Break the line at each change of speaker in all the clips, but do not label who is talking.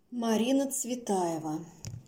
Марина Цветаева.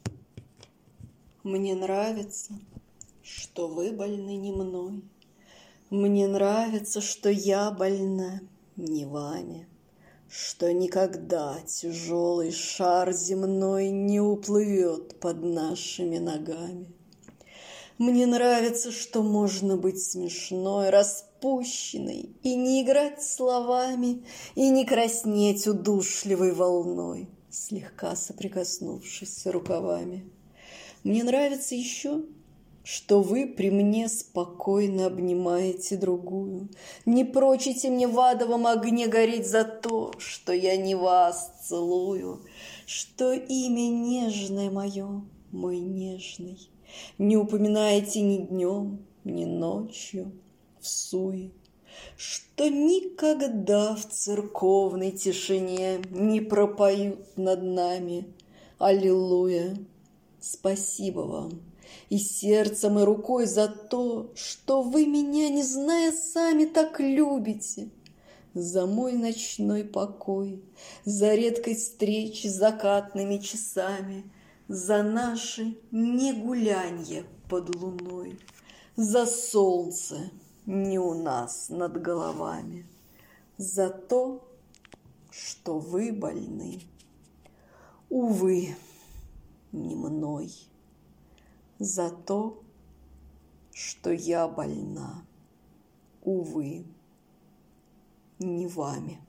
Мне нравится, что вы больны не мной. Мне нравится, что я больна не вами, что никогда тяжелый шар земной не уплывет под нашими ногами. Мне нравится, что можно быть смешной, распущенной, и не играть словами, и не краснеть удушливой волной, слегка соприкоснувшись рукавами. Мне нравится еще, что вы при мне спокойно обнимаете другую, не прочите мне в адовом огне гореть за то, что я не вас целую, что имя нежное мое, мой нежный, не упоминаете ни днем, ни ночью в суе, что никогда в церковной тишине не пропоют над нами аллилуйя. Спасибо вам и сердцем, и рукой за то, что вы меня, не зная сами, так любите, за мой ночной покой, за редкость встречи с закатными часами, за наши негулянье под луной, за солнце не у нас над головами, за то, что вы больны, увы, не мной, за то, что я больна, увы, не вами.